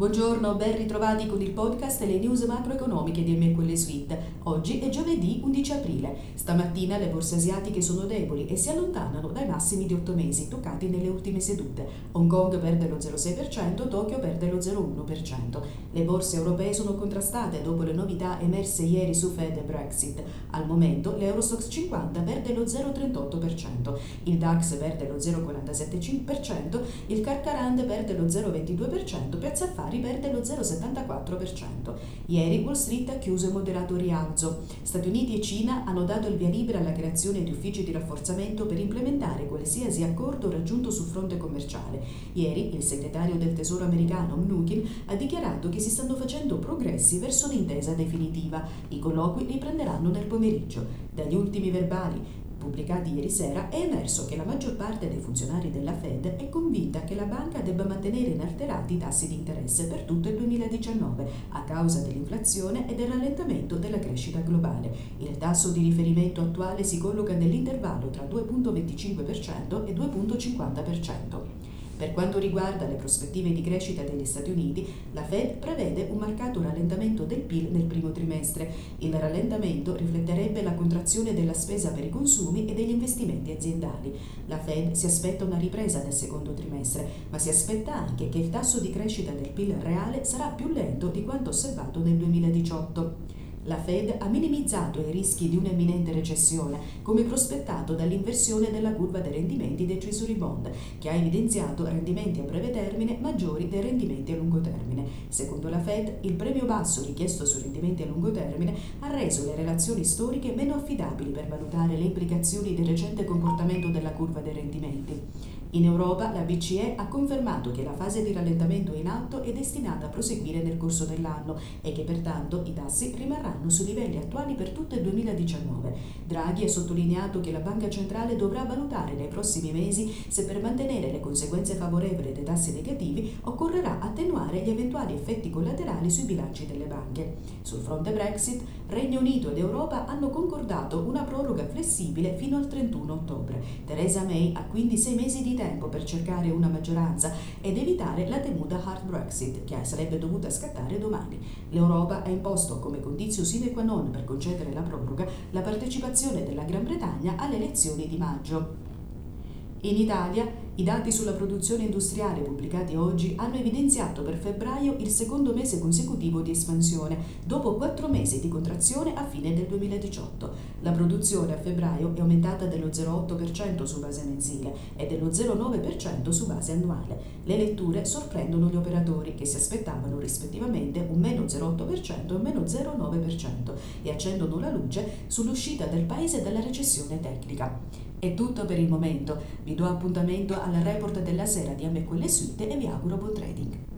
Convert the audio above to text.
Buongiorno, ben ritrovati con il podcast e le news macroeconomiche di M&Quelle Suite. Oggi è giovedì 11 aprile. Stamattina le borse asiatiche sono deboli e si allontanano dai massimi di 8 mesi toccati nelle ultime sedute. Hong Kong perde lo 0,6%, Tokyo perde lo 0,1%. Le borse europee sono contrastate dopo le novità emerse ieri su Fed e Brexit. Al momento l'Eurostoxx 50 perde lo 0,38%, il DAX perde lo 0,47%, il Carcarande perde lo 0,22%, Piazza Affari perde lo 0,74%. Ieri Wall Street ha chiuso in moderato rialzo. Stati Uniti e Cina hanno dato il via libera alla creazione di uffici di rafforzamento per implementare qualsiasi accordo raggiunto sul fronte commerciale. Ieri il segretario del Tesoro americano Mnuchin ha dichiarato che si stanno facendo progressi verso l'intesa definitiva. I colloqui riprenderanno nel pomeriggio. Dagli ultimi verbali pubblicati ieri sera è emerso che la maggior parte dei funzionari della Fed è convinta che la banca debba mantenere inalterati i tassi di interesse per tutto il 2019 a causa dell'inflazione e del rallentamento della crescita globale. Il tasso di riferimento attuale si colloca nell'intervallo tra 2,25% e 2,50%. Per quanto riguarda le prospettive di crescita degli Stati Uniti, la Fed prevede un marcato rallentamento del PIL nel primo trimestre. Il rallentamento rifletterebbe la contrazione della spesa per i consumi e degli investimenti aziendali. La Fed si aspetta una ripresa nel secondo trimestre, ma si aspetta anche che il tasso di crescita del PIL reale sarà più lento di quanto osservato nel 2018. La Fed ha minimizzato i rischi di un'imminente recessione, come prospettato dall'inversione della curva dei rendimenti dei Treasury Bond, che ha evidenziato rendimenti a breve termine maggiori dei rendimenti a lungo termine. Secondo la Fed, il premio basso richiesto sui rendimenti a lungo termine ha reso le relazioni storiche meno affidabili per valutare le implicazioni del recente comportamento della curva dei rendimenti. In Europa la BCE ha confermato che la fase di rallentamento in atto è destinata a proseguire nel corso dell'anno e che pertanto i tassi rimarranno sui livelli attuali per tutto il 2019. Draghi ha sottolineato che la Banca Centrale dovrà valutare nei prossimi mesi se per mantenere le conseguenze favorevoli dei tassi negativi occorrerà attenuare gli eventuali effetti collaterali sui bilanci delle banche. Sul fronte Brexit, Regno Unito ed Europa hanno concordato una proroga flessibile fino al 31 ottobre. Theresa May ha quindi 6 mesi di tempo per cercare una maggioranza ed evitare la temuta hard Brexit, che sarebbe dovuta scattare domani. L'Europa ha imposto come condizio sine qua non per concedere la proroga la partecipazione della Gran Bretagna alle elezioni di maggio. In Italia, i dati sulla produzione industriale pubblicati oggi hanno evidenziato per febbraio il secondo mese consecutivo di espansione, dopo 4 mesi di contrazione a fine del 2018. La produzione a febbraio è aumentata dello 0,8% su base mensile e dello 0,9% su base annuale. Le letture sorprendono gli operatori, che si aspettavano rispettivamente un meno 0,8% e un meno 0,9%, e accendono la luce sull'uscita del paese dalla recessione tecnica. È tutto per il momento, vi do appuntamento al report della sera di M&Quelle Suite e vi auguro buon trading.